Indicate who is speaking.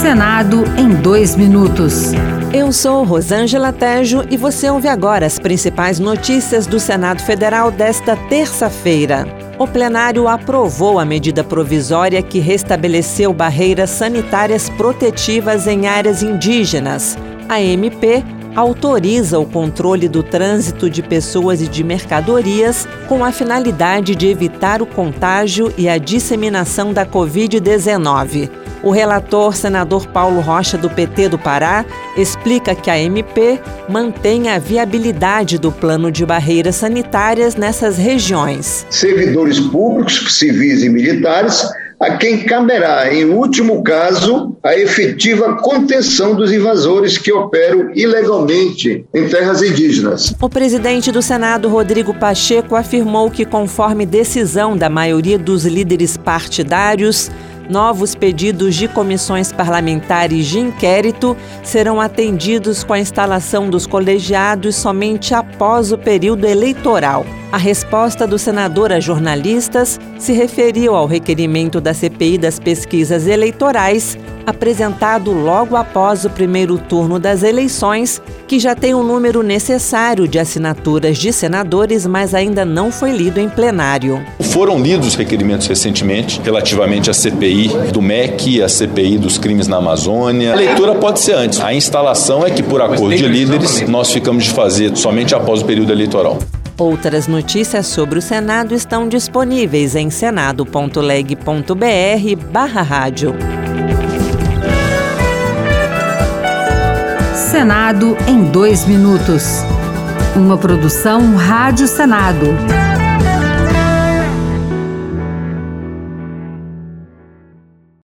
Speaker 1: Senado em 2 minutos.
Speaker 2: Eu sou Rosângela Tejo e você ouve agora as principais notícias do Senado Federal desta terça-feira. O plenário aprovou a medida provisória que restabeleceu barreiras sanitárias protetivas em áreas indígenas. A MP autoriza o controle do trânsito de pessoas e de mercadorias com a finalidade de evitar o contágio e a disseminação da Covid-19. O relator, senador Paulo Rocha, do PT do Pará, explica que a MP mantém a viabilidade do plano de barreiras sanitárias nessas regiões.
Speaker 3: Servidores públicos, civis e militares, a quem caberá, em último caso, a efetiva contenção dos invasores que operam ilegalmente em terras indígenas.
Speaker 2: O presidente do Senado, Rodrigo Pacheco, afirmou que, conforme decisão da maioria dos líderes partidários, novos pedidos de comissões parlamentares de inquérito serão atendidos com a instalação dos colegiados somente após o período eleitoral. A resposta do senador a jornalistas se referiu ao requerimento da CPI das pesquisas eleitorais, apresentado logo após o primeiro turno das eleições, que já tem o número necessário de assinaturas de senadores, mas ainda não foi lido em plenário.
Speaker 4: Foram lidos os requerimentos recentemente, relativamente à CPI do MEC, à CPI dos crimes na Amazônia. A leitura pode ser antes. A instalação é que, por acordo de líderes, nós ficamos de fazer somente após o período eleitoral.
Speaker 2: Outras notícias sobre o Senado estão disponíveis em senado.leg.br/rádio.
Speaker 1: Senado em 2 minutos. Uma produção Rádio Senado.